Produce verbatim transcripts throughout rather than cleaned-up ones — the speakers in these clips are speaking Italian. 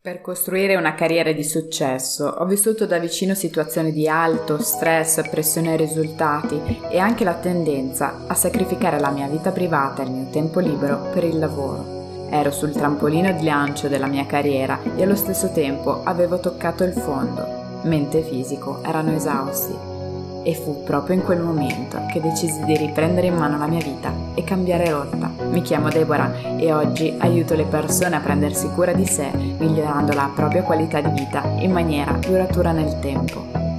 Per costruire una carriera di successo ho vissuto da vicino situazioni di alto stress, pressione ai risultati e anche la tendenza a sacrificare la mia vita privata e il mio tempo libero per il lavoro. Ero sul trampolino di lancio della mia carriera e allo stesso tempo avevo toccato il fondo. Mente e fisico erano esausti. E fu proprio in quel momento che decisi di riprendere in mano la mia vita e cambiare rotta. Mi chiamo Deborah e oggi aiuto le persone a prendersi cura di sé, migliorando la propria qualità di vita in maniera duratura nel tempo.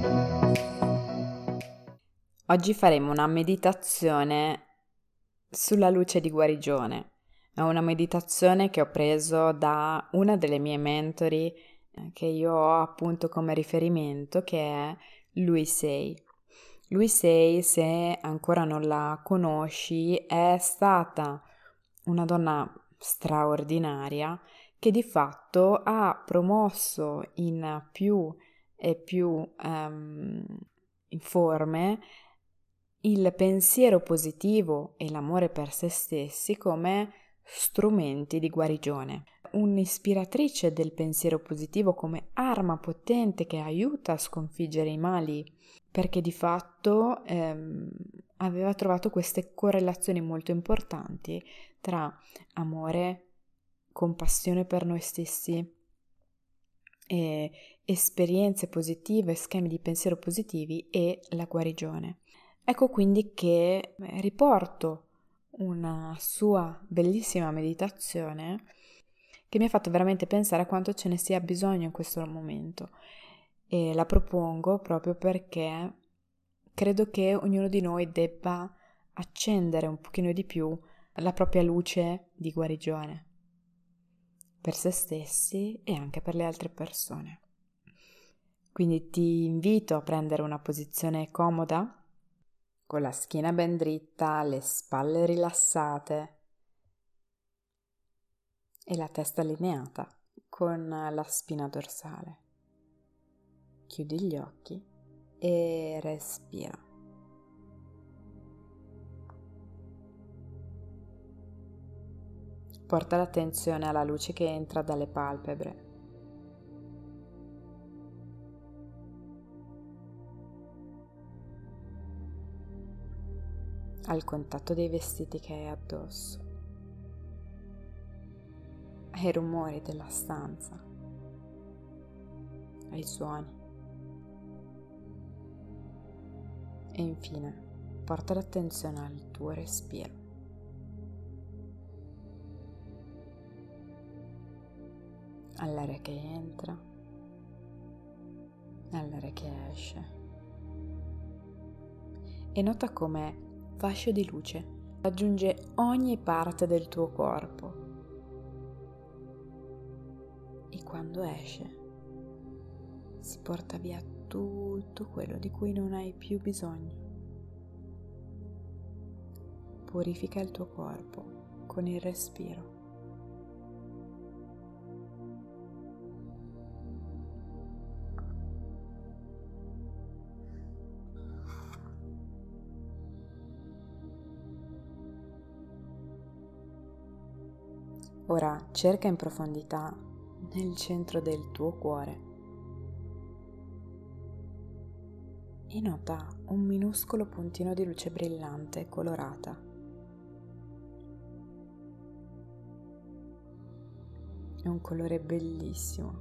Oggi faremo una meditazione sulla luce di guarigione. È una meditazione che ho preso da una delle mie mentori che io ho appunto come riferimento, che è Louise Hay. Louise Hay, se ancora non la conosci, è stata una donna straordinaria che di fatto ha promosso in più e più um, forme il pensiero positivo e l'amore per se stessi come strumenti di guarigione. Un'ispiratrice del pensiero positivo come arma potente che aiuta a sconfiggere i mali, perché di fatto ehm, aveva trovato queste correlazioni molto importanti tra amore, compassione per noi stessi, e esperienze positive, schemi di pensiero positivi e la guarigione. Ecco quindi che riporto una sua bellissima meditazione che mi ha fatto veramente pensare a quanto ce ne sia bisogno in questo momento, e la propongo proprio perché credo che ognuno di noi debba accendere un pochino di più la propria luce di guarigione per se stessi e anche per le altre persone. Quindi ti invito a prendere una posizione comoda, con la schiena ben dritta, le spalle rilassate e la testa allineata con la spina dorsale. Chiudi gli occhi e respira. Porta l'attenzione alla luce che entra dalle palpebre. Al contatto dei vestiti che hai addosso, ai rumori della stanza, ai suoni. E infine porta l'attenzione al tuo respiro. All'aria che entra, all'aria che esce. E nota come fascio di luce raggiunge ogni parte del tuo corpo e quando esce si porta via tutto quello di cui non hai più bisogno. Purifica il tuo corpo con il respiro. Ora cerca in profondità nel centro del tuo cuore e nota un minuscolo puntino di luce brillante e colorata. È un colore bellissimo.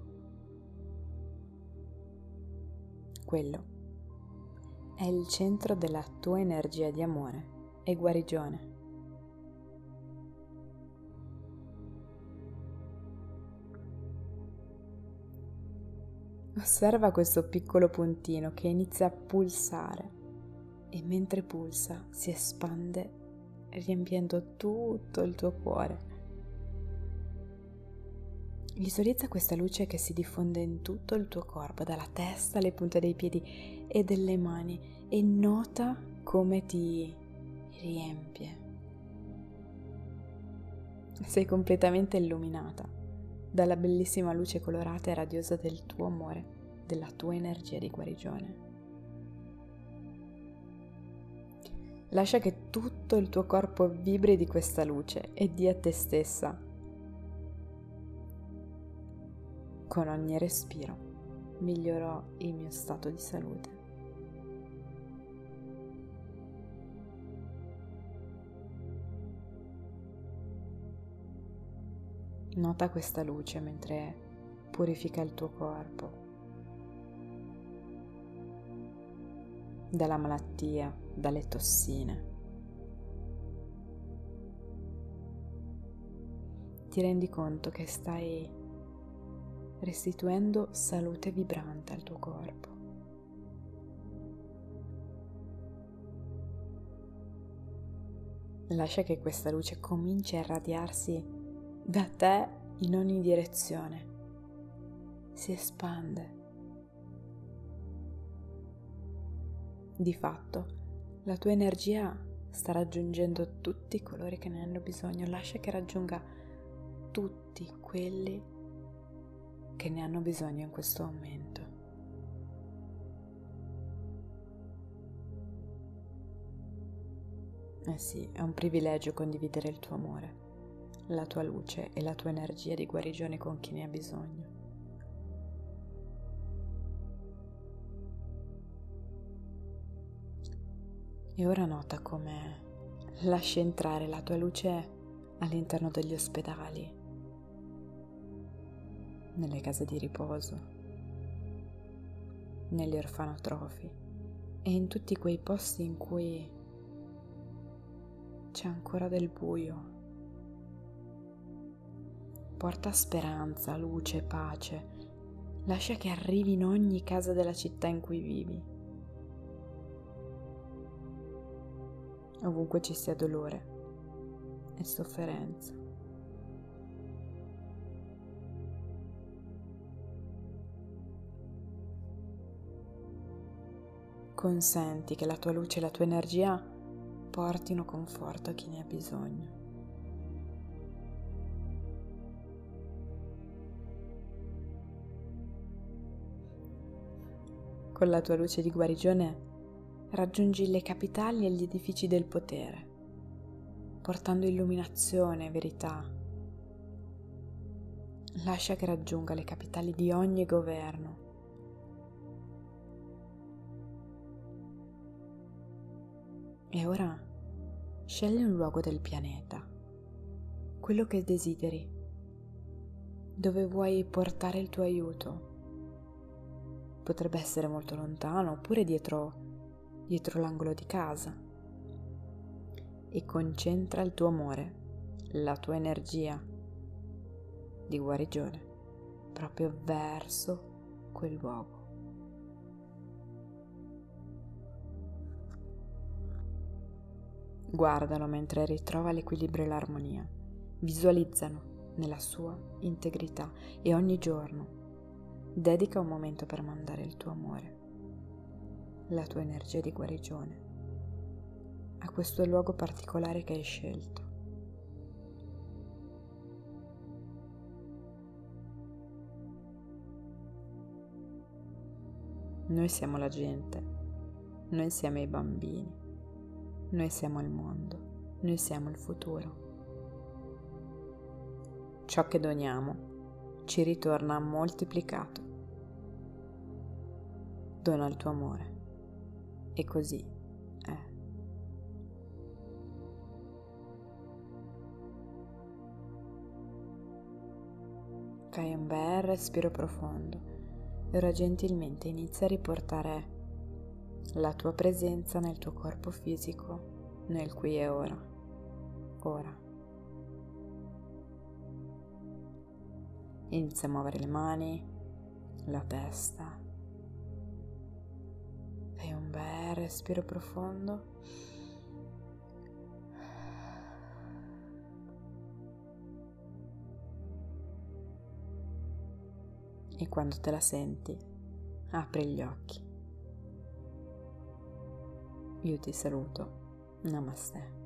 Quello è il centro della tua energia di amore e guarigione. Osserva questo piccolo puntino che inizia a pulsare e mentre pulsa si espande riempiendo tutto il tuo cuore. Visualizza questa luce che si diffonde in tutto il tuo corpo, dalla testa alle punte dei piedi e delle mani, e nota come ti riempie. Sei completamente illuminata dalla bellissima luce colorata e radiosa del tuo amore, della tua energia di guarigione. Lascia che tutto il tuo corpo vibri di questa luce e di a te stessa Con ogni respiro migliorò il mio stato di salute. Nota questa luce mentre purifica il tuo corpo dalla malattia, dalle tossine. Ti rendi conto che stai restituendo salute vibrante al tuo corpo. Lascia che questa luce cominci a irradiarsi da te in ogni direzione. Si espande. Di fatto, la tua energia sta raggiungendo tutti coloro che ne hanno bisogno. Lascia che raggiunga tutti quelli che ne hanno bisogno in questo momento. Eh sì, è un privilegio condividere il tuo amore, la tua luce e la tua energia di guarigione con chi ne ha bisogno. E ora nota come lasci entrare la tua luce all'interno degli ospedali, nelle case di riposo, negli orfanotrofi e in tutti quei posti in cui c'è ancora del buio. Porta speranza, luce, pace. Lascia che arrivi in ogni casa della città in cui vivi. Ovunque ci sia dolore e sofferenza. Consenti che la tua luce e la tua energia portino conforto a chi ne ha bisogno. Con la tua luce di guarigione raggiungi le capitali e gli edifici del potere, portando illuminazione e verità. Lascia che raggiunga le capitali di ogni governo. E ora scegli un luogo del pianeta, quello che desideri, dove vuoi portare il tuo aiuto. Potrebbe essere molto lontano oppure dietro, dietro l'angolo di casa. E concentra il tuo amore, la tua energia di guarigione proprio verso quel luogo. Guardalo mentre ritrova l'equilibrio e l'armonia. Visualizzano nella sua integrità e ogni giorno dedica un momento per mandare il tuo amore, la tua energia di guarigione a questo luogo particolare che hai scelto. Noi siamo la gente, noi siamo i bambini, noi siamo il mondo, noi siamo il futuro. Ciò che doniamo ci ritorna moltiplicato. Dona il tuo amore e così è. Fai un bel respiro profondo e ora gentilmente inizia a riportare la tua presenza nel tuo corpo fisico, nel qui e ora. Ora. Inizia a muovere le mani, la testa. Fai un bel respiro profondo. E quando te la senti, apri gli occhi. Io ti saluto. Namaste.